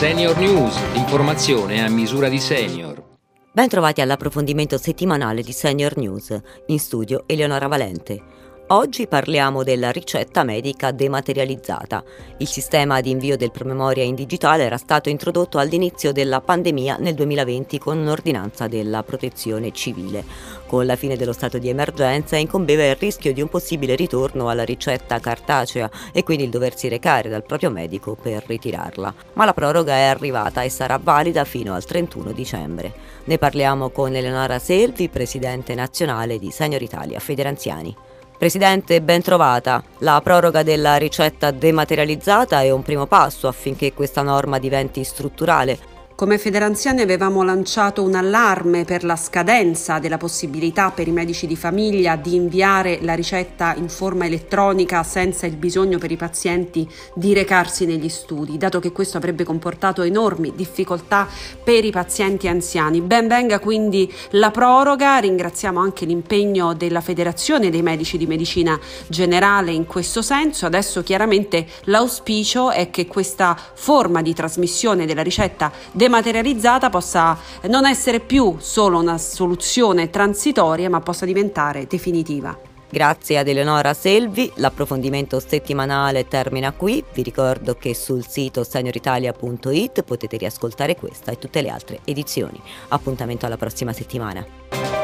Senior News, l'informazione a misura di senior. Ben trovati all'approfondimento settimanale di Senior News. In studio Eleonora Valente. Oggi parliamo della ricetta medica dematerializzata. Il sistema di invio del promemoria in digitale era stato introdotto all'inizio della pandemia nel 2020 con un'ordinanza della Protezione Civile. Con la fine dello stato di emergenza incombeva il rischio di un possibile ritorno alla ricetta cartacea e quindi il doversi recare dal proprio medico per ritirarla. Ma la proroga è arrivata e sarà valida fino al 31 dicembre. Ne parliamo con Eleonora Selvi, presidente nazionale di Senior Italia Federanziani. Presidente, ben trovata. La proroga della ricetta dematerializzata è un primo passo affinché questa norma diventi strutturale. Come Federanziani avevamo lanciato un allarme per la scadenza della possibilità per i medici di famiglia di inviare la ricetta in forma elettronica senza il bisogno per i pazienti di recarsi negli studi, dato che questo avrebbe comportato enormi difficoltà per i pazienti anziani. Ben venga quindi la proroga, ringraziamo anche l'impegno della Federazione dei Medici di Medicina Generale in questo senso. Adesso chiaramente l'auspicio è che questa forma di trasmissione della ricetta dematerializzata possa non essere più solo una soluzione transitoria, ma possa diventare definitiva. Grazie ad Eleonora Selvi, l'approfondimento settimanale termina qui. Vi ricordo che sul sito senioritalia.it potete riascoltare questa e tutte le altre edizioni. Appuntamento alla prossima settimana.